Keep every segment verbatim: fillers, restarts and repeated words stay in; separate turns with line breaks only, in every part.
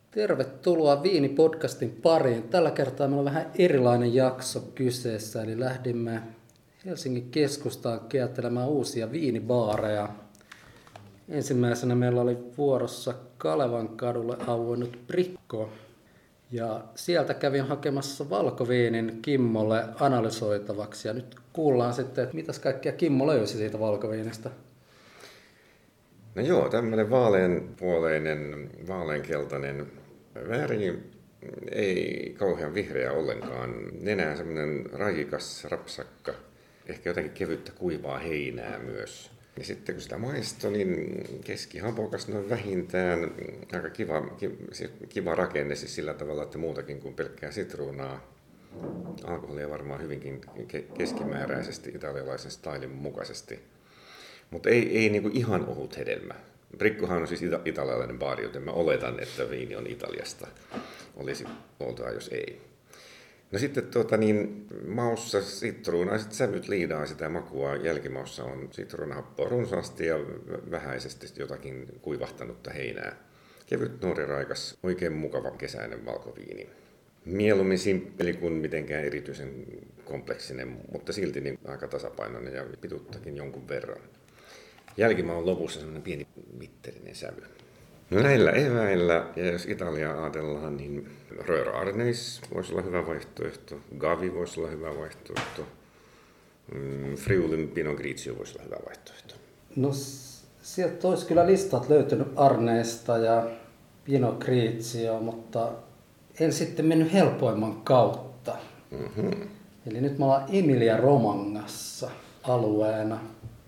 Tervetuloa Viini-podcastin pariin. Tällä kertaa meillä on vähän erilainen jakso kyseessä, eli lähdimme Helsingin keskustaan kiertelemään uusia viinibaareja. Ensimmäisenä meillä oli vuorossa Kalevan kadulle auennut Bricco, ja sieltä kävin hakemassa valkoviinin Kimmolle analysoitavaksi, ja nyt kuullaan sitten, että mitäs kaikkea Kimmo löysi siitä valkoviinistä.
No joo, tämmöinen vaaleanpuoleinen, vaaleankeltainen väri, ei kauhean vihreä ollenkaan. Nenään semmoinen rajikas rapsakka, ehkä jotenkin kevyttä kuivaa heinää myös. Ja sitten kun sitä maistoi, niin keskihapokas noin vähintään, aika kiva, kiva rakenne siis sillä tavalla, että muutakin kuin pelkkää sitruunaa. Alkoholia varmaan hyvinkin keskimääräisesti italialaisen stylin mukaisesti. Mutta ei, ei niinku ihan ohut hedelmä. Briccohan on siis ita- italialainen baari, joten mä oletan, että viini on Italiasta. Olisi oltua, jos ei. No sitten tuota, niin, maussa sitruunaiset sävyt liidaa sitä makua. Jälkimaussa on sitruunahappoa runsaasti ja vähäisesti jotakin kuivahtanutta heinää. Kevyt, nuori, raikas, oikein mukava kesäinen valkoviini. Mieluummin simppeli kuin mitenkään erityisen kompleksinen, mutta silti niin aika tasapainoinen ja pituuttakin jonkun verran. Jälkimä on lopussa semmoinen pieni mitterinen sävy. No näillä eväillä, ja jos Italiaa ajatellaan, niin Roero Arneis voisi olla hyvä vaihtoehto, Gavi voisi olla hyvä vaihtoehto, Friulin Pinot Grigio voisi olla hyvä vaihtoehto.
No sieltä olisi kyllä listat löytynyt Arneista ja Pinot Grigio, mutta en sitten mennyt helpoimman kautta. Mm-hmm. Eli nyt me ollaan Emilia-Romangassa alueena.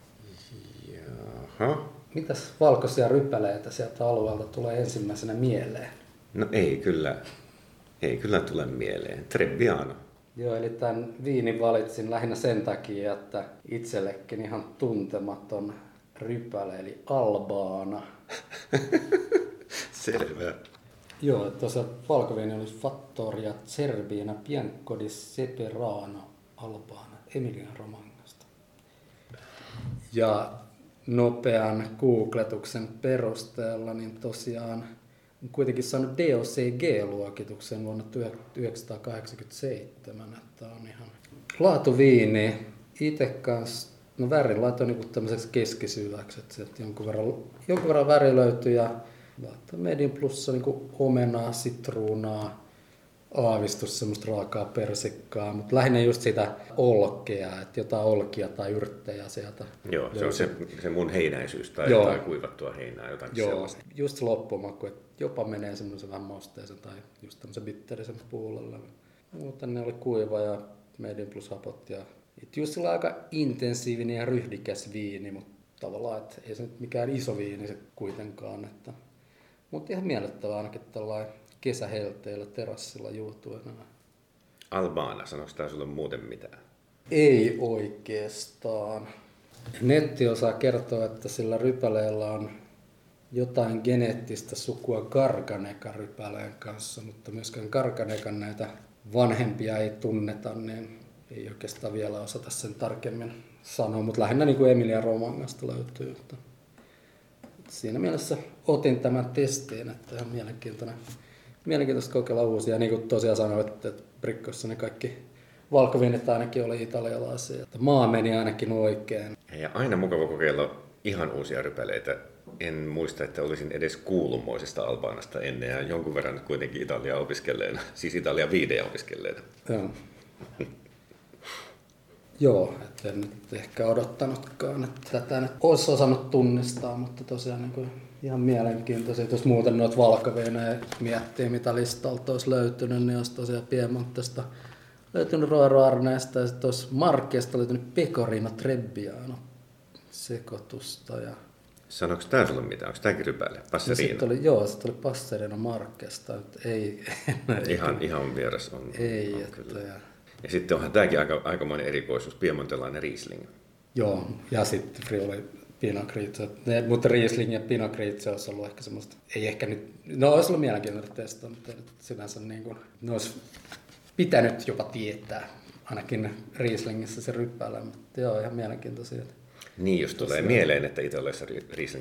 Jaha.
Mitäs valkoisia rypäleitä sieltä alueelta tulee ensimmäisenä mieleen?
No ei kyllä, ei kyllä tule mieleen. Trebbiano.
Joo, eli tämän viinin valitsin lähinnä sen takia, että itsellekin ihan tuntematon rypäle, eli Albana.
Selvä.
Joo, tosiaan valkoviini oli Fattoria Zerbina Bianco di Seperano Albana Emilia-Romangasta. Ja nopean googletuksen perusteella niin tosiaan on kuitenkin saanut D O C G-luokituksen vuonna tuhatyhdeksänsataakahdeksankymmentäseitsemän, että on ihan laatuviini. Itse kanssa, no värin laitoin niin tämmöiseksi keskisyväksi, että sieltä jonkun verran, jonkun verran väri löytyi ja Medium plussa niin omenaa, sitruunaa, aavistus semmoista raakaa persikkaa, mutta lähinnä just sitä olkea, että jotain olkia tai yrttejä sieltä.
Joo, se on se, se mun heinäisyys tai
Joo.
jotain kuivattua heinää, jotain
Joo,
sellaista.
just se loppumaku, että jopa menee semmoisen vähän mausteisen tai just tämmöisen bitterisen puolelle. Mutta ne oli kuiva ja medium plus hapot ja just sillä aika intensiivinen ja ryhdikäs viini, mutta tavallaan, että ei se nyt mikään iso viini se kuitenkaan. Että mutta ihan miellyttävää ainakin tällainen kesähelteillä terassilla juotuena.
Albana, sanoiko tämä sulle muuten mitään?
Ei oikeastaan. Netti osaa kertoa, että sillä rypäleellä on jotain geneettistä sukua Garganeka-rypäleen kanssa, mutta myöskään Garganekan näitä vanhempia ei tunneta, niin ei oikeastaan vielä osata sen tarkemmin sanoa, mutta lähinnä niin kuin Emilia-Romangasta löytyy. Siinä mielessä otin tämän testiin, että ihan mielenkiintoinen, mielenkiintoista kokeilla uusia. Niin kuin tosiaan sanoit, että Briccossa ne kaikki valkoviinit ainakin oli italialaisia. Että maa meni ainakin oikein.
Ja aina mukava kokeilla ihan uusia rypäleitä. En muista, että olisin edes kuullut moisesta Albanasta ennen ja jonkun verran kuitenkin Italiaa opiskelleena, siis Italian viidejä opiskelleena.
Joo. Joo, että en nyt ehkä odottanutkaan, että tätä nyt olisi osannut tunnistaa, mutta tosiaan niin kuin ihan mielenkiintoisia. Jos muuten noita valkoviinejä miettii, mitä listalta olisi löytynyt, niin olisi tosiaan Piemontesta löytynyt Roero Arneista ja sitten olisi Markesta löytynyt Pecorino Trebbiano sekoitusta. Ja
sanoiko tämä sulle mitään? Onko tämäkin rypäle? Passerino?
Oli, joo, sitten oli Passerino Markesta. Ei,
ihan, ihan vieras on.
Ei,
on
että...
kyllä. Ja sitten onhan tämäkin aika, aikamoinen erikoisuus, piemontelainen Riesling.
Joo, ja sitten Friuli Pinot Grigio. Mutta Riesling ja Pinot Grigio olisi ollut ehkä semmoista, ei ehkä nyt, no olisi ollut mielenkiintoinen testa, mutta sinänsä niin kuin, ne olisi pitänyt jopa tietää, ainakin Rieslingissä se ryppäällä, mutta joo, ihan mielenkiintoisia.
Niin, jos tulee mieleen, että Italiassa Rieslingiä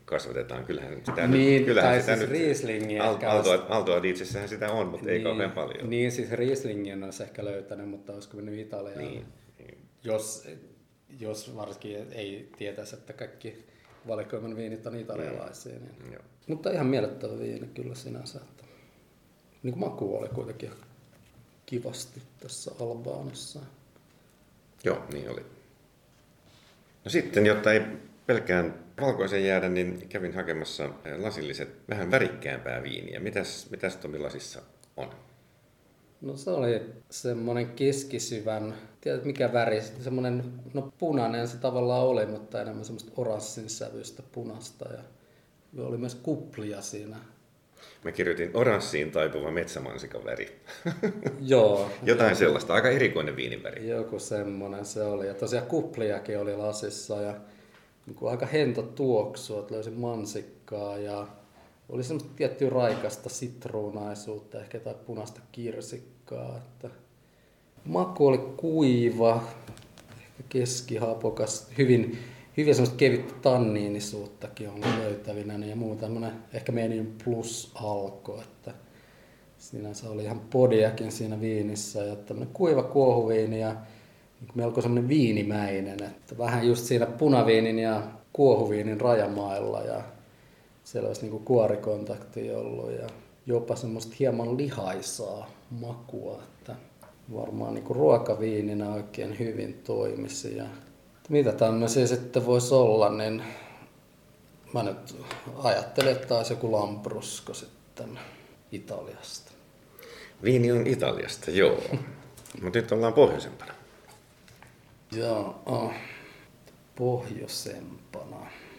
kasvatetaan. Kyllähän sitä
niin,
nyt, kyllähän
tai
sitä
siis
nyt,
Rieslingiä
Al-
ehkä
Alto,
olisi...
Altoaditsessähän sitä on, mutta
niin,
ei kauhean paljon.
Niin, siis Rieslingin olisi ehkä löytänyt, mutta olisiko mennyt Italiaan.
Niin, niin.
Jos, jos varsinkin ei tietäisi, että kaikki valikoiman viinit on italialaisia. Niin.
Joo.
Mutta ihan miellyttävä viini kyllä sinänsä. Että... Niin kuin maku oli kuitenkin kivasti tässä Albaanossa.
Joo, niin oli. No sitten, jotta ei pelkään valkoisen jäädä, niin kävin hakemassa lasilliset vähän värikkäämpää viiniä. Mitäs, mitäs Tomi lasissa on?
No se oli semmoinen keskisyvän, tiedät mikä väri, semmoinen, no punainen se tavallaan oli, mutta enemmän semmoista oranssin sävyistä punasta ja oli myös kuplia siinä.
Mä kirjoitin oranssiin taipuva metsämansikan väri.
Joo.
Jotain sellaista, aika erikoinen viiniväri.
Joku semmoinen se oli. Ja tosiaan kupliakin oli lasissa ja niin kuin aika hento tuoksu, että löysin mansikkaa ja oli semmoista tiettyä raikasta sitruunaisuutta, ehkä jotain punaista kirsikkaa. Että maku oli kuiva, ehkä keskihapokas, hyvin, hyvin semmoista kevyttä tanniinisuuttakin on löytävinä ja muu tämmöinen ehkä medium plus alko, että sinänsä oli ihan podiakin siinä viinissä ja tämmöinen kuiva kuohuviini ja melko semmoinen viinimäinen, että vähän just siinä punaviinin ja kuohuviinin rajamailla ja siellä olisi niin kuorikontakti ollut ja jopa semmoista hieman lihaisaa makua, että varmaan niin ruokaviininä oikein hyvin toimisi. Ja mitä tämmöisiä sitten voisi olla, niin mä nyt ajattelen, että taas joku Lambrusco sitten Italiasta.
Viini on Italiasta, joo. Mutta nyt ollaan pohjoisempana.
Joo, oh. Pohjoisempana.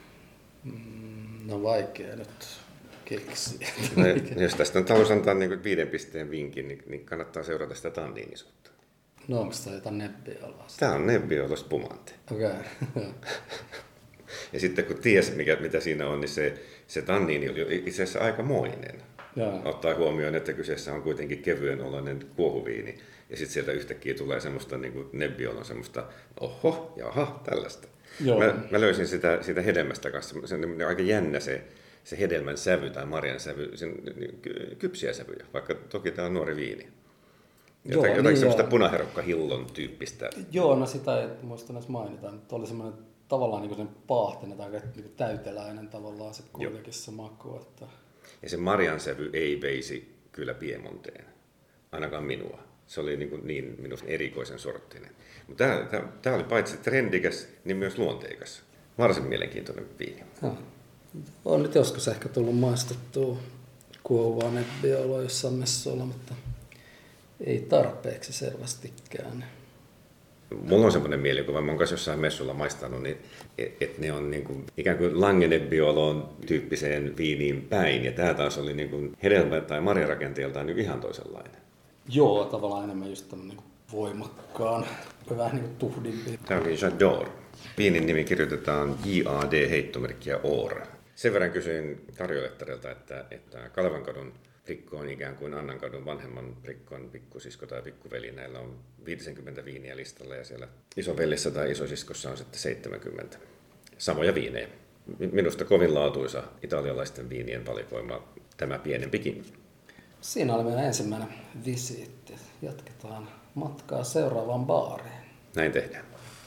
No vaikea nyt keksiä.
No, jos tästä nyt haluaisi antaa niin viiden pisteen vinkin, niin, niin kannattaa seurata sitä tanniinisuutta.
No onko tämä jotain nebbiolasta?
Tämä on Nebbiolo Spumante.
Okei. Okay.
Ja sitten kun ties mikä, mitä siinä on, niin se, se tanniini oli itse asiassa aikamoinen.
Joo.
Ottaa huomioon, että kyseessä on kuitenkin kevyen oloinen kuohuviini. Ja sitten sieltä yhtäkkiä tulee semmoista niin kuin Nebbiolon semmoista, oho, jaha, tällaista. Mä, mä löysin sitä, sitä hedelmästä kanssa, se on aika jännä se, se hedelmän sävy tai marjan sävy, sen kypsiä sävyjä, vaikka toki tämä on nuori viini.
Joo,
jotakin
niin
semmoista
joo.
punaherokkahillon tyyppistä.
Joo, no sitä ei muista edes mainita, että oli semmoinen tavallaan niin kuin paahtoinen tai niin täyteläinen tavallaan se kuitenkin se maku. Että...
Ja se marjan sävy ei veisi kyllä Piemonteen, ainakaan minua. Se oli niin, niin minusta erikoisen sorttinen. Mutta tämä, tämä, tämä oli paitsi trendikäs, niin myös luonteikas. Varsin mielenkiintoinen viini.
No. On nyt joskus ehkä tullut maistettua kuohuvaa nebbioloa jossain messuilla, mutta ei tarpeeksi selvästikään.
Mulla on semmoinen mielikuva, mä oon kanssa jossain messulla maistanut, niin, että et ne on niin kuin, ikään kuin Langenebbiolon tyyppiseen viiniin päin. Ja tämä taas oli niin kuin hedelmä- tai marjarakenteeltaan niin ihan toisenlainen.
Joo, tavallaan enemmän just tämmöinen niin voimakkaan, vähän niin kuin tuhdimpi.
Tämä oli J'adore. Viinin nimi kirjoitetaan J A D heittomerkkiä Or. Sen verran kysyin tarjoilettarilta, että, että Kalevankadun Prikko on ikään kuin Annankadun vanhemman Prikkon pikkusisko tai pikkuveli. Näillä on viisikymmentä viiniä listalla ja siellä isovellissä tai isosiskossa on sitten seitsemänkymmentä. Samoja viinejä. Minusta kovin laatuisa italialaisten viinien valikoima tämä pienempikin.
Siinä oli meidän ensimmäinen visiitti. Jatketaan matkaa seuraavaan baariin.
Näin tehdään.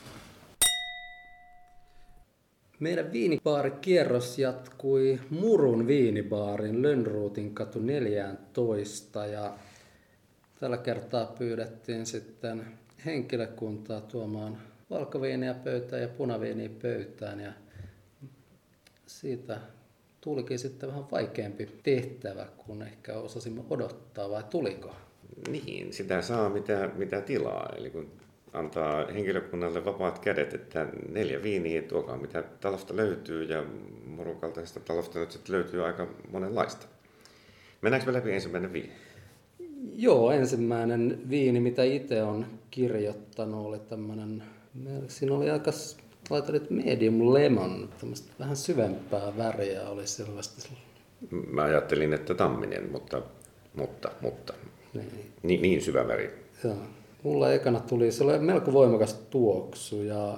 Meidän viinibaarikierros jatkui Murun viinibaarin Lönnruutin katu neljätoista ja tällä kertaa pyydettiin sitten henkilökuntaa tuomaan valkoviiniä pöytään ja punaviiniä pöytään ja siitä tulikin sitten vähän vaikeampi tehtävä, kun ehkä osasimme odottaa, vai tuliko?
Niin, sitä saa mitä, mitä tilaa. Eli kun antaa henkilökunnalle vapaat kädet, että neljä viiniä, tuokaa mitä talosta löytyy, ja Murun kaltaisesta talosta nyt sitten löytyy aika monenlaista. Mennäänkö me läpi ensimmäinen viini?
Joo, ensimmäinen viini, mitä itse on kirjoittanut, oli tämmöinen, siinä oli aika, laitoin medium lemon, tämmöistä vähän syvempää väriä oli selvästi.
Mä ajattelin, että tamminen, mutta, mutta, mutta,
Niin.
niin, niin syvä väri.
Joo. Mulla ekana tuli, se oli melko voimakas tuoksu ja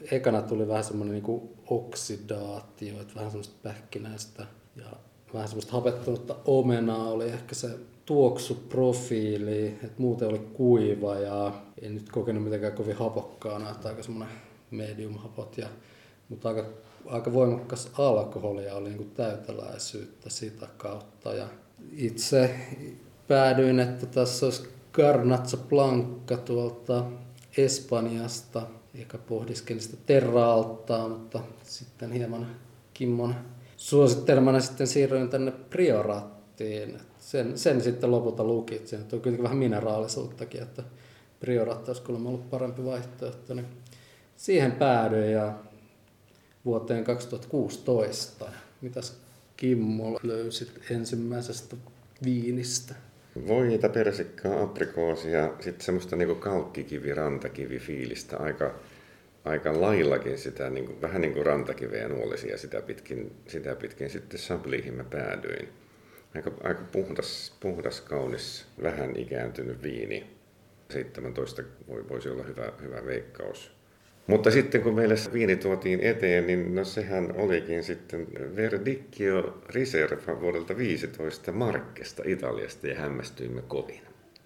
ekana tuli vähän semmoinen niinku oksidaatio, että vähän semmoista pähkinäistä ja vähän semmoista hapettunutta omenaa oli ehkä se tuoksuprofiili, että muuten oli kuiva ja en nyt kokenut mitenkään kovin hapokkaana, että aika semmoinen medium hapot, ja, mutta aika, aika voimakas alkoholia oli niinku täyteläisyyttä sitä kautta. Ja itse päädyin, että tässä olisi Garnacha Blanca tuolta Espanjasta, joka pohdiskeli sitä terra-alttaa, mutta sitten hieman Kimmon suosittelemana sitten siirryin tänne Priorattiin. Sen, sen sitten lopulta lukit. Siinä on kuitenkin vähän mineraalisuuttakin, että Priorat olisi kuulemma ollut parempi vaihtoehto. Niin siihen päädyin ja vuoteen kaksituhattakuusitoista. Mitäs Kimmo löysit ensimmäisestä viinistä?
Voita, persikkaa, aprikoosia, sitten semmoista niinku kalkkikivi, rantakivi fiilistä aika, aika laillakin sitä, niinku, vähän niin kuin rantakiveä nuolisia sitä pitkin, sitä pitkin sitten Chablihin mä päädyin. Aika, aika puhdas, puhdas, kaunis, vähän ikääntynyt viini. seitsemäntoista voi, voisi olla hyvä, hyvä veikkaus. Mutta sitten kun meille viini tuotiin eteen, niin no sehän olikin sitten Verdicchio Riserva vuodelta viisitoista Markesta Italiasta ja hämmästyimme kovin.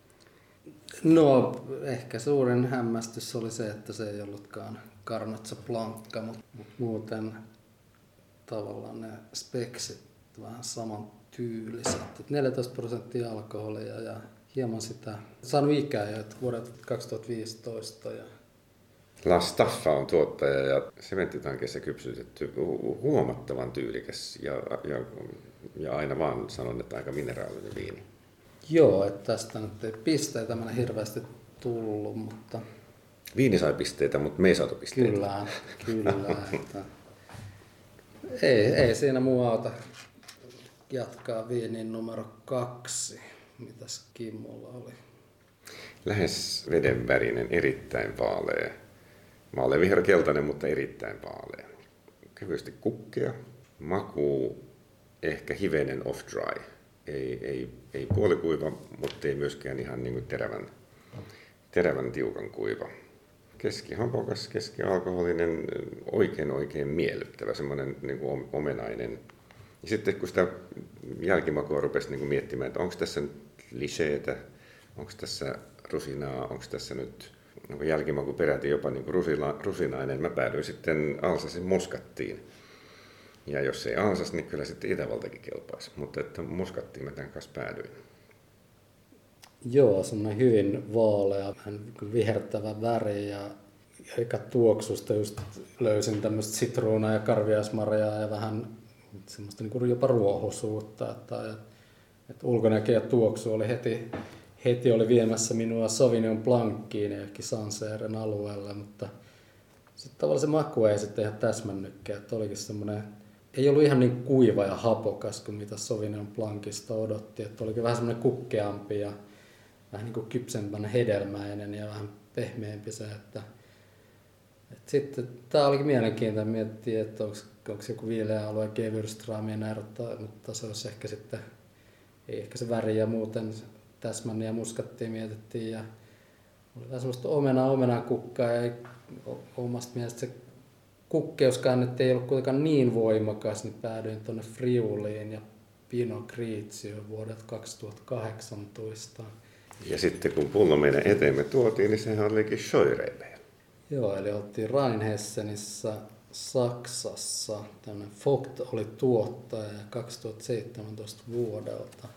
No ehkä suurin hämmästys oli se, että se ei ollutkaan Garnacha Blanca, mutta muuten tavallaan ne speksit vähän saman tyyliset. neljätoista prosenttia alkoholia ja hieman sitä saanut ikää jo vuodelta kaksituhattaviisitoista. Ja
La Staffa on tuottaja ja sementtitankissa kypsytetty huomattavan tyylikäs ja, ja, ja aina vaan sanon, että aika mineraalinen viini.
Joo, että tästä nyt ei pisteitä mennä hirveästi tullut, mutta
viini sai pisteitä, mutta me ei saatu pisteitä.
Kyllä, kyllä. Että ei, ei siinä muu auta jatkaa viinin numero kaksi. Mitäs Kimmolla oli?
Lähes vedenvärinen, erittäin vaalea. Vaalea viherkeltainen, mutta erittäin vaalea. Kevyesti kukkea. Maku ehkä hivenen off-dry. Ei, ei, ei puolikuiva, mutta ei myöskään ihan niin kuin terävän, terävän tiukan kuiva. Keskihapokas, keskialkoholinen, oikein oikein miellyttävä, semmoinen niin kuin omenainen. Ja sitten kun sitä jälkimakua rupesi niin kuin miettimään, että onko tässä nyt liseetä, onko tässä rusinaa, onko tässä nyt onko jälkimaku peräti jopa niin kuin rusina, rusinainen, mä päädyin sitten Alsasin muskattiin. Ja jos ei Alsas, niin kyllä sitten Itävaltakin kelpaisi, mutta että muskattiin mä tämän kanssa päädyin.
Joo, semmoinen hyvin vaalea, vähän vihertävä väri ja eikä tuoksusta just löysin tämmöistä sitruunaa ja karviasmarjaa ja vähän semmoista niin kuin jopa ruohosuutta, että, että ulkonäkö ja tuoksu oli heti, heti oli viemässä minua Sauvignon Blanciin ja ehkä Sancerren alueelle, mutta sitten tavallaan se maku ei sitten ihan täsmännytkään, että olikin semmoinen, ei ollut ihan niin kuiva ja hapokas kuin mitä Sauvignon Blancista odotti, että olikin vähän semmoinen kukkeampi ja vähän niin kuin kypsempänä hedelmäinen ja vähän pehmeämpi se, että, että sitten tämä olikin mielenkiintoinen miettiä, että onko, onko joku viileä alue Gewürztraminer, mutta se olisi ehkä sitten, ei ehkä se väri ja muuten täsmänni ja muskattiin mietittiin ja oli vähän semmoista omenaa omenaa kukkaa ja omasta mielestä se kukkeuskaan nyt ei ollut kuitenkaan niin voimakas, niin päädyin tuonne Friuliin ja Pinot Grigio vuodelta kaksituhattakahdeksantoista.
Ja sitten kun pullo meidän eteemme tuotiin, niin sehän olikin Scheurebe.
Joo, eli oltiin Rheinhessenissä Saksassa. Tämmöinen Vogt oli tuottaja kaksituhattaseitsemäntoista vuodelta.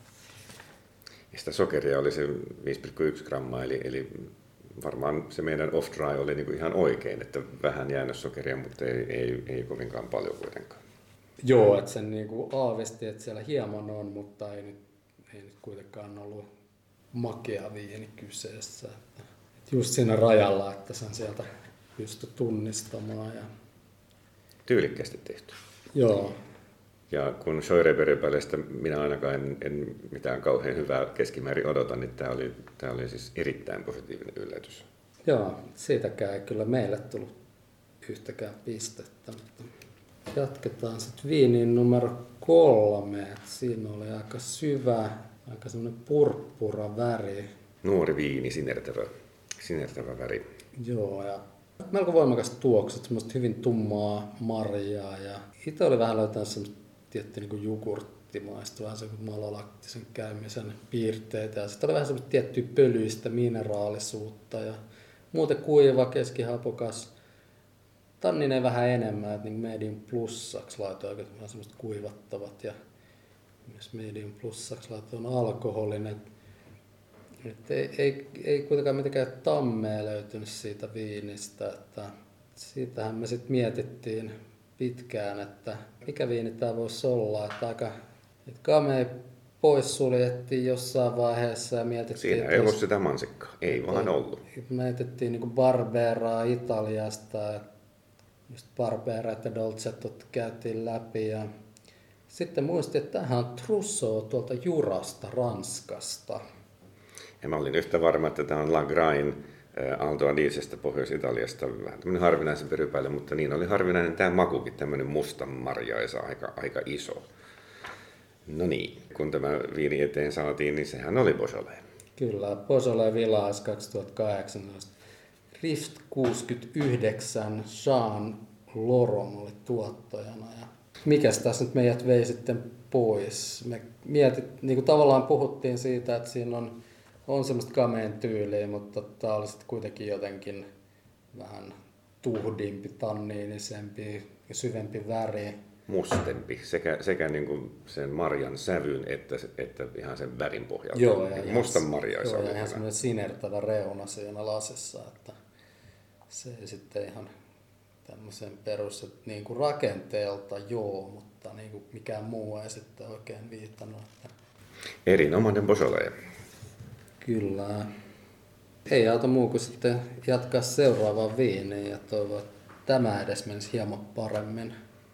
Ja sitä sokeria oli se viisi pilkku yksi grammaa, eli, eli varmaan se meidän off-dry oli niinku ihan oikein, että vähän jäännössokeria, mutta ei, ei, ei kovinkaan paljon kuitenkaan.
Joo, että sen niinku aavisti, että siellä hieman on, mutta ei nyt, ei nyt kuitenkaan ollut makea viini kyseessä. Että just siinä rajalla, että sen sieltä pystyi tunnistamaan. Ja
tyylikkäästi tehty.
Joo.
Ja kun Scheurebe-rypäleestä minä ainakaan en, en mitään kauhean hyvää keskimäärin odota, niin tämä oli, tämä oli siis erittäin positiivinen yllätys.
Joo, siitäkään ei kyllä meille tullut yhtäkään pistettä. Mutta jatketaan sitten viiniin numero kolme. Siinä oli aika syvä, aika semmoinen purppura väri.
Nuori viini, sinertävä, sinertävä väri.
Joo, ja Melko voimakas tuoksu, semmoista hyvin tummaa marjaa ja itse oli vähän löytänyt semmoista tiettyä niin jogurttimaista, vähän semmoista malolaktisen käymisen piirteitä ja sitten oli vähän semmoista tiettyä pölyistä mineraalisuutta ja muuten kuiva, keskihapokas. Tanninen vähän enemmän, että niin medium plussaksi laitoin oikein vähän semmoista kuivattavat ja myös medium plussaksi laitoin alkoholin. Että ei, ei, ei kuitenkaan mitenkään tammea löytynyt siitä viinistä, että siitähän me sitten mietittiin pitkään, että mikä viini tämä voisi olla, että aika että kamea poissuljettiin jossain vaiheessa ja mietittiin...
Siinä ei ollut sitä mansikkaa, ei vaan ollut.
Mietittiin niin kuin Barberaa Italiasta, just Barbera ja Dolcettot käytiin läpi ja sitten muistin, että tämähän on Trousseau tuolta Jurasta, Ranskasta.
Ja mä olin yhtä varma, että tämä on Lagrain Alto Adisesta Pohjois-Italiasta, vähän tämmöinen harvinaisempi rypäile, mutta niin oli harvinainen tämä makukin, tämmöinen mustan marjaisa, aika, aika iso. No niin, kun tämä viini eteen saatiin, niin sehän oli Beaujolais.
Kyllä, Beaujolais Village kaksituhattakahdeksantoista. Rift kuusikymmentäyhdeksän, Jean Loron oli tuottajana. Ja mikäs tässä nyt meidät vei sitten pois? Me mietit, niin kuin tavallaan puhuttiin siitä, että siinä on, on semmoista kameen tyyliä, mutta tämä oli sitten kuitenkin jotenkin vähän tuhdimpi, tanniinisempi ja syvempi väri.
Mustempi, sekä, sekä niin kuin sen marjan sävyn että, että ihan sen värin pohjalta.
Joo, ja
niin mustan marjaisa.
Joo, ja ihan semmoinen sinertävä reuna siinä lasissa, että se ei sitten ihan tämmöisen perus, että niin kuin rakenteelta joo, mutta niin kuin mikään muu ei sitten oikein viitannut. Että...
Erinomainen Beaujolais.
Kyllä. Ei auta muu kuin sitten jatkaa seuraavaan viiniin ja toivon, että tämä edes menisi hieman paremmin.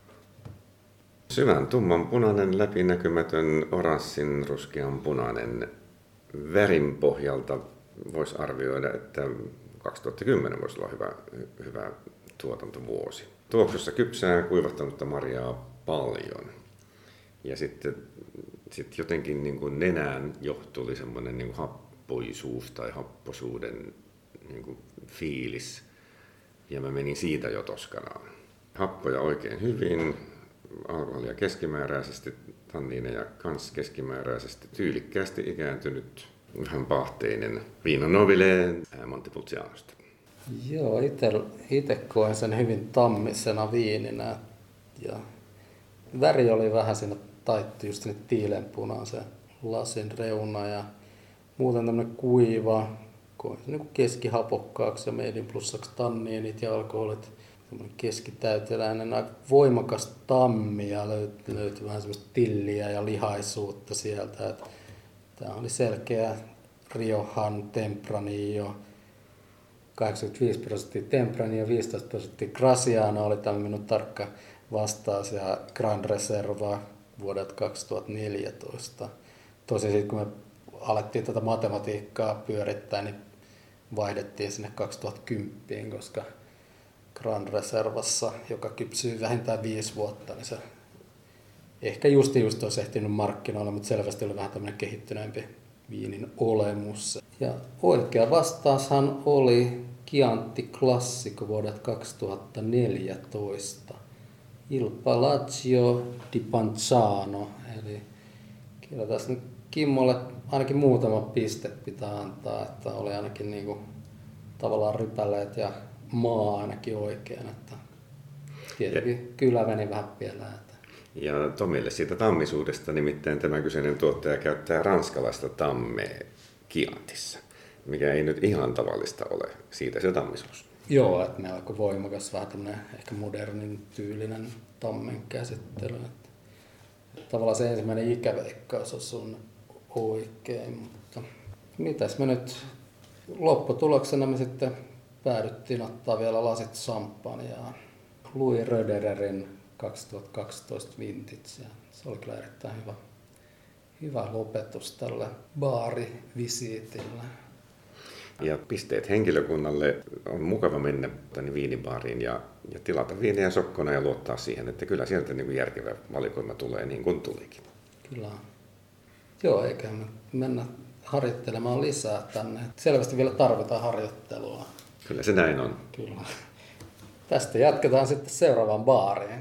Syvän tumman punainen, läpinäkymätön, oranssin ruskean punainen. Värin pohjalta voisi arvioida, että kaksituhattakymmenen voisi olla hyvä, hyvä tuotantovuosi. Tuoksussa kypsää, kuivattanutta marjaa paljon. Ja sitten sit jotenkin niin kuin nenään johtui semmoinen niin kuin happoisuus tai happosuuden niin kuin fiilis. Ja mä menin siitä jo Toskanaan. Happoja oikein hyvin. Alkoholia keskimääräisesti, tanniineja kans keskimääräisesti, tyylikkäästi ikääntynyt, vähän pahteinen Vino Nobile Montepulcianosta.
Joo, itse koen sen hyvin tammisena viininä ja väri oli vähän siinä taittu just sinne tiilenpunaisen lasin reuna ja muuten tämmöinen kuiva, koen sen niin keskihapokkaaksi ja medium plussaksi tanniinit ja alkoholit. Keskitäyteläinen, aika voimakas tammi ja löytyi, löytyi vähän semmoista tilliä ja lihaisuutta sieltä. Että tämä oli selkeä Riojan Tempranillo, kahdeksankymmentäviisi prosenttia Tempranillo, viisitoista prosenttia Graciano oli tämä minun tarkka vastaus ja Grand Reserva vuodelta kaksituhattaneljätoista. Tosin sitten kun me alettiin tätä matematiikkaa pyörittää, niin vaihdettiin sinne kaksituhattakymmenen, koska Grand Reservassa, joka kypsyy vähintään viisi vuotta, niin se ehkä just just olisi ehtinyt markkinoilla, mutta selvästi oli vähän tämmöinen kehittyneempi viinin olemus. Ja oikea vastaushan oli Chianti Classico vuodelta kaksituhattaneljätoista. Il Palazzo di Panciano, eli kyllä tässä nyt Kimmolle ainakin muutama piste pitää antaa, että oli ainakin niinku tavallaan rypäleet ja maa ainakin oikein, että tietenkin kyllä meni vähän pieleen.
Ja Tomille siitä tammisuudesta, nimittäin tämä kyseinen tuottaja käyttää ranskalaista tammea Chiantissa, mikä ei nyt ihan tavallista ole, siitä se tammisuus.
Joo, että melko voimakas, vähän tämmöinen ehkä modernin tyylinen tammen käsittely. Että, että tavallaan se ensimmäinen ikäveikkaus on sun oikein, mutta mitäs me nyt lopputuloksena me sitten päädyttiin ottaa vielä lasit champagnea. Louis Roedererin kaksituhattakaksitoista vintage. Se oli kyllä erittäin hyvä, hyvä lopetus tälle baarivisiitille.
Ja pisteet henkilökunnalle on mukava mennä tänne viinibaariin ja, ja tilata viiniä sokkona ja luottaa siihen, että kyllä sieltä niin kuin järkevä valikoima tulee niin kuin tulikin.
Kyllä. Joo, eikä me mennä harjoittelemaan lisää tänne. Selvästi vielä tarvitaan harjoittelua.
Kyllä se näin on.
Kyllä. Tästä jatketaan sitten seuraavaan baariin.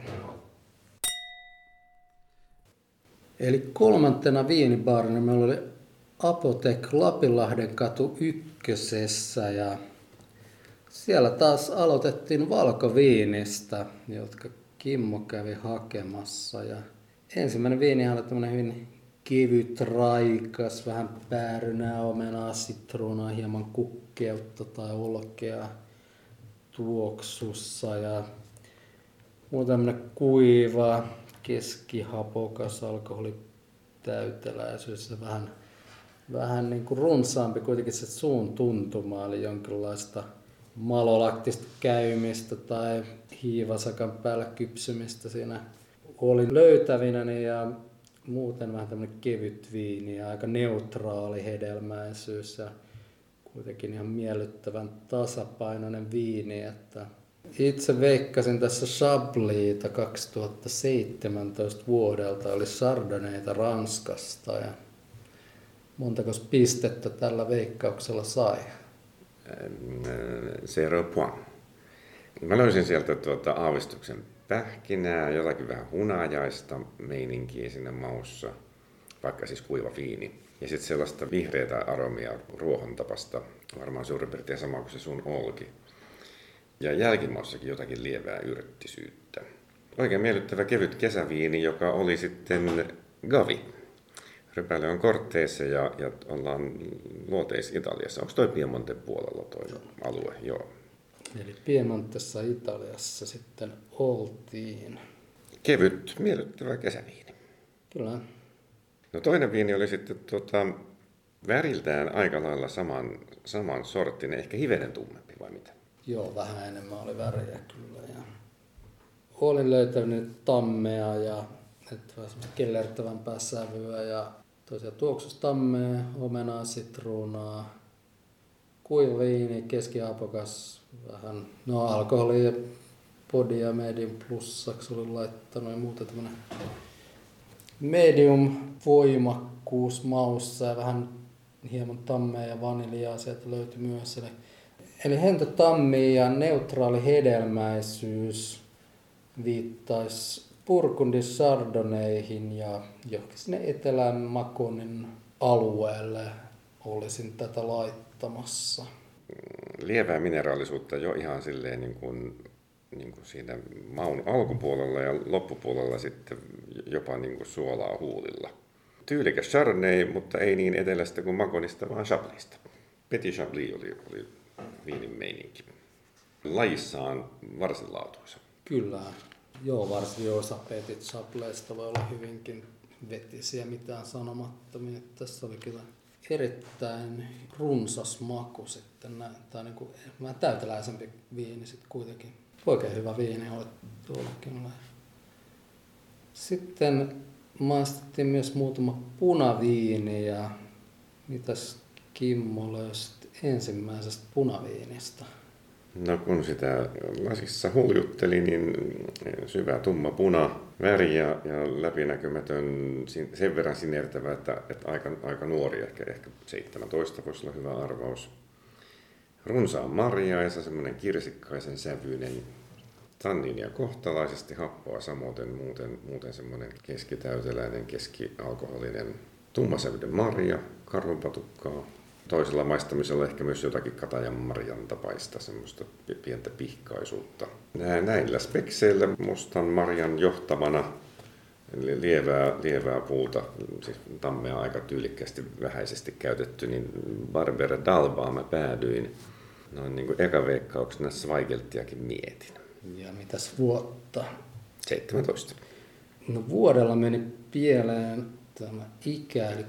Eli kolmantena viinibaarina meillä oli Apotek Lapinlahden katu ykkösessä ja siellä taas aloitettiin valkoviinistä, jotka Kimmo kävi hakemassa. Ja ensimmäinen viinihan oli tämmöinen hyvin kevyt, raikas, vähän päärynää, omenaa, sitruunaa, hieman kukkeutta tai olkea tuoksussa ja muu tämmöinen kuiva, keskihapokas alkoholitäyteläisyys ja vähän, vähän niin kuin runsaampi kuitenkin se suun tuntuma, eli jonkinlaista malolaktista käymistä tai hiivasakan päällä kypsymistä siinä oli löytävinäni ja muuten vähän tämmöinen kevyt viini ja aika neutraali hedelmäisyys ja kuitenkin ihan miellyttävän tasapainoinen viini, että itse veikkasin tässä Chabliita kaksituhattaseitsemäntoista vuodelta, oli Chardonnayta Ranskasta ja montakos pistettä tällä veikkauksella sai?
Zero point. Mä löysin sieltä tuota aavistuksen pähkinää, jotakin vähän hunajaista meininkiä siinä maussa, vaikka siis kuiva viini. Ja sitten sellaista vihreätä aromia ruohon tapasta, varmaan suurin piirtein sama kuin se sun olki. Ja jälkimaussakin jotakin lievää yrttisyyttä. Oikein miellyttävä kevyt kesäviini, joka oli sitten Gavi. Rypäle on Cortese ja, ja ollaan Luoteis-Italiassa. Onko toi Piemonten puolella toi Joo. alue? Joo.
Eli Piemontessa Italiassa sitten oltiin.
Kevyt, miellyttävä kesäviini.
Kyllä.
No toinen viini oli sitten tuota, väriltään aika lailla saman, saman sorttinen, ehkä hivenen tummempi vai mitä?
Joo, vähän enemmän oli väriä kyllä. Ja olin löytänyt tammea ja että vähän semmoista kellertävämpää sävyä ja tosiaan tuoksustammea, omenaa, sitruunaa, kuiva viini, keskiapokas, vähän no alkoholia, podia, medium plussaksi olin laittanut ja muuta tämmönen medium voimakkuus maussa ja vähän hieman tammea ja vaniljaa sieltä löytyi myös. Eli, eli hento tammi ja neutraali hedelmäisyys viittaisi Burgundi Chardonnayhin ja johonkin sinne etelän Maconin alueelle olisin tätä laittamassa.
Lievää mineraalisuutta jo ihan silleen niin kuin, niin kuin siinä maun alkupuolella ja loppupuolella sitten jopa niin kuin suolaa huulilla. Tyylikäs Chardonnay, mutta ei niin etelästä kuin Maconista, vaan Chablista. Petit Chablis oli, oli viinin meininki. Lajissaan varsin laatuisa.
Kyllä. Joo, varsinkin osa Petit Chablaista voi olla hyvinkin vetisiä, mitään sanomattomia. Tässä oli kyllä erittäin runsas maku sitten, tai niin kuin vähän täyteläisempi viini sitten kuitenkin. Oikein hyvä viini oli tuollakin. Sitten maistettiin myös muutama punaviini ja mitäs Kimmo löysi ensimmäisestä punaviinista?
No kun sitä lasissa huljutteli, niin syvä tumma puna väri ja, ja läpinäkymätön sen verran sinertävä, että, että aika, aika nuori, ehkä, ehkä seitsemäntoista voisi olla hyvä arvaus. Runsaan marjaisa, semmoinen kirsikkaisen sävyinen, tanninia kohtalaisesti, happoa samoin, muuten, muuten semmoinen keskitäyteläinen, keskialkoholinen, tummasävyinen marja, karvonpatukkaa. Toisella maistamisella ehkä myös jotakin katajan marjan tapaista, semmoista pientä pihkaisuutta. Näillä spekseillä mustan marjan johtamana lievää, lievää puuta, siis tammea aika tyylikkästi vähäisesti käytetty, niin Barbera d'Albaa mä päädyin. Noin niin kuin ekaveikkauksena Zweigeltiakin mietin.
Ja mitäs vuotta?
seitsemäntoista.
No vuodella meni pieleen tämä ikä, eli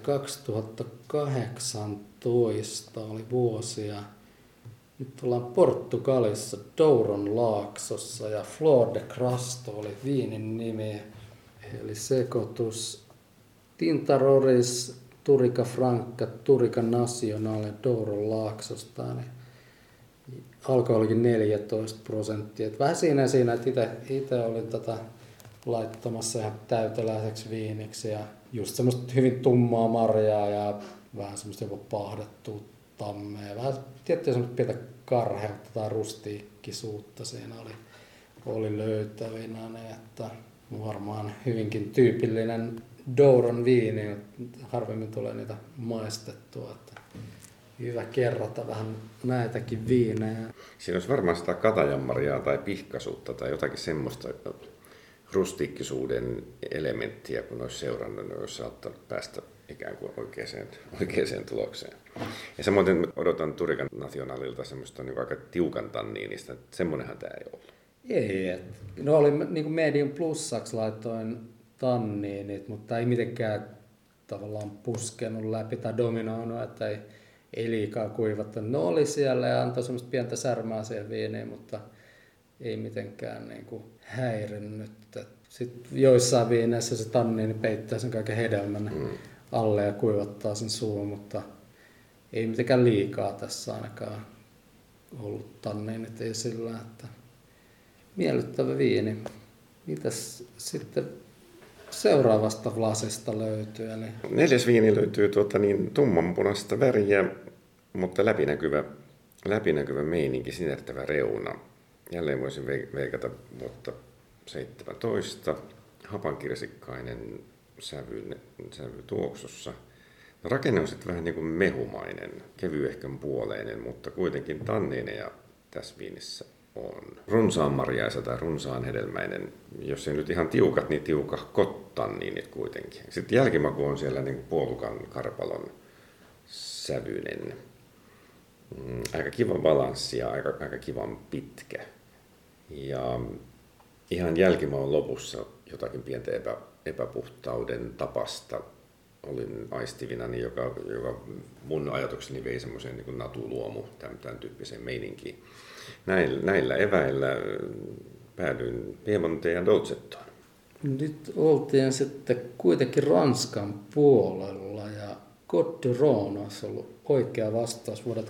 kaksituhattakahdeksantoista oli vuosi ja nyt ollaan Portugalissa, Douron laaksossa ja Flor de Crasto oli viinin nimi. Eli sekoitus Tintaroris, Turica Franca, Turica Nacionale, Douron laaksosta. Niin alkoholikin neljätoista prosenttia. Et vähän siinä siinä, että itse olin tätä laittamassa ihan täyteläiseksi viiniksi ja just semmoista hyvin tummaa marjaa ja vähän semmoista jopa pahdettua tammea. Vähän tiettyä semmoista pientä karheutta tai rustiikkisuutta siinä oli. oli löytävinä, niin että varmaan hyvinkin tyypillinen Douron viini, harvemmin tulee niitä maistettua. Että hyvä kerrata vähän näitäkin viinejä.
Siinä olisi varmaan sitä katajanmarjaa tai pihkasuutta tai jotakin semmoista rustiikkisuuden elementtiä, kun olisi seurannut, niin olisi saattanut päästä ikään kuin oikeaan, oikeaan tulokseen. Ja samoin odotan Turikan Nationalilta semmoista niin aika tiukan tanniinista, että semmoinenhan tämä ei ollut.
Ei, et, no oli niin kuin medium plussaksi laitoin tanniinit, mutta ei mitenkään tavallaan puskenut läpi tai dominoinut, että ei, ei liikaa kuivattanut. No oli siellä ja antoi semmoista pientä särmää siihen viiniin, mutta ei mitenkään niin kuin häirinnyt. Sitten joissain viineissä se tanniini peittää sen kaiken hedelmän mm. alle ja kuivattaa sen suun, mutta ei mitenkään liikaa tässä ainakaan ollut tanniinit esillä. Että miellyttävä viini. Mitäs sitten seuraavasta lasista löytyy? Eli
neljäs viini löytyy tuota niin tummanpunaista väriä, mutta läpinäkyvä, läpinäkyvä meininki, sinertävä reuna. Jälleen voisin veikata vuotta seitsemäntoista. Hapankirsikkainen sävy, sävy tuoksussa. No, rakenne on sitten vähän niin kuin mehumainen, kevyehkön puoleinen, mutta kuitenkin tanniineja tässä viinissä on. Runsaan marjaisa tai runsaan hedelmäinen, jos ei nyt ihan tiukat, niin tiukahkot tanniinit kuitenkin. Sitten jälkimaku on siellä niin kuin puolukan karpalon sävyinen. Mm, aika kiva balanssi ja aika, aika kivan pitkä. Ja ihan jälkimaun lopussa jotakin pientä epä, epäpuhtauden tapasta olin aistivinani, joka, joka mun ajatukseni vei semmoiseen niin kuin natuluomu, tämän, tämän tyyppiseen meininkiin. Näillä, näillä eväillä päädyin Piemonteen ja Dolcettoon.
Nyt oltiin sitten kuitenkin Ranskan puolella ja Côte d'Or olisi ollut oikea vastaus vuodelta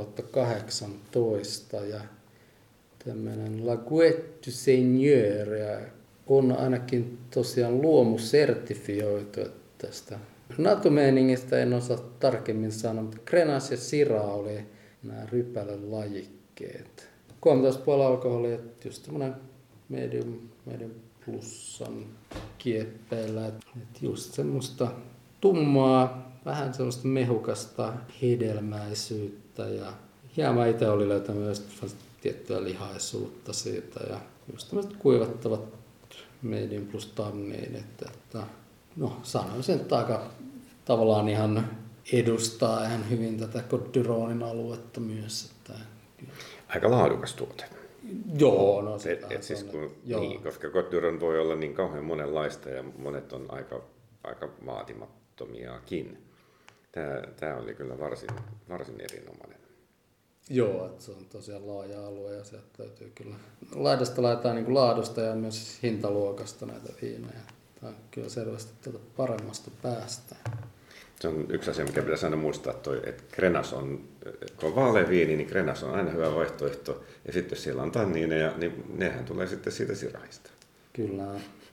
kaksituhattakahdeksantoista ja tämmöinen La Guette du Seigneur ja on ainakin tosiaan luomusertifioitu tästä. Natumeiningistä en osaa tarkemmin sanoa, mutta Grenache ja Syrah oli nämä rypälölajikkeet. kolmetoista pilkku viisi alkoholia, just tämmöinen medium, medium plussan kieppeillä. Et just semmoista tummaa, vähän semmoista mehukasta hedelmäisyyttä ja hieman itse oli löytänyt myös tiettyä lihaisuutta siitä ja just tämmöiset kuivattavat medium plus tanniinit. Että, no sanoisin, että aika tavallaan ihan edustaa ihan hyvin tätä Côte d'Orin aluetta myös. Että,
aika laadukas tuote.
Joo, no sitä
et, et siis
on,
kun,
joo.
Niin, koska Côte d'Or voi olla niin kauhean monenlaista ja monet on aika, aika vaatimattomiakin. Tämä, tämä oli kyllä varsin, varsin erinomainen.
Joo, että se on tosiaan laaja alue ja sieltä löytyy kyllä laidasta laitaan niin kuin laadusta ja myös hintaluokasta näitä viinejä. Tämä on kyllä selvästi tuota paremmasta päästä.
Se on yksi asia, mikä pitäisi aina muistaa, toi, että Grenache on, kun on vaalea viini, niin Grenache on aina hyvä vaihtoehto. Ja sitten jos siellä on tanniineja, niin nehän tulee sitten siitä Syrahista.
Kyllä.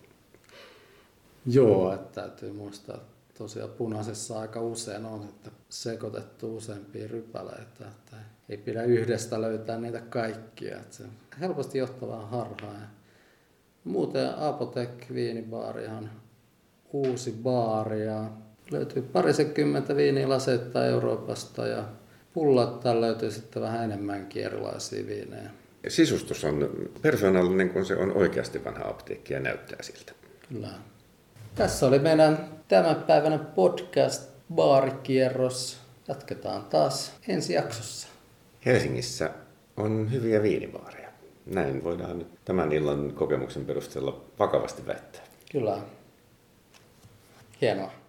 Joo, että täytyy muistaa, että tosiaan punaisessa aika usein on että sekoitettu useampia rypäleitä. Että ei pidä yhdestä löytää niitä kaikkia. Että se helposti johtaa vähän harhaan. Muuten Apotek viinibaari on uusi baari ja löytyy parisenkymmentä viinilaseita Euroopasta ja pulloittain löytyy sitten vähän enemmänkin erilaisia viinejä.
Sisustus on persoonallinen, kun se on oikeasti vanha apteekki ja näyttää siltä.
Kyllä. Tässä oli meidän tämänpäiväinen podcast-baarikierros. Jatketaan taas ensi jaksossa.
Helsingissä on hyviä viinibaareja. Näin voidaan nyt tämän illan kokemuksen perusteella vakavasti väittää.
Kyllä. Hienoa.